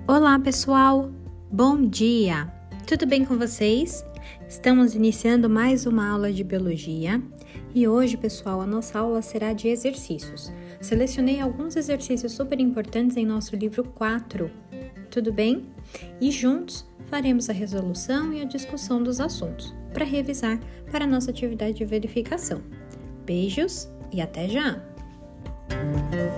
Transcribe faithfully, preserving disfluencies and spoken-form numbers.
Olá, pessoal! Bom dia! Tudo bem com vocês? Estamos iniciando mais uma aula de biologia e hoje, pessoal, a nossa aula será de exercícios. Selecionei alguns exercícios super importantes em nosso livro quatro, tudo bem? E juntos faremos a resolução e a discussão dos assuntos para revisar para a nossa atividade de verificação. Beijos e até já!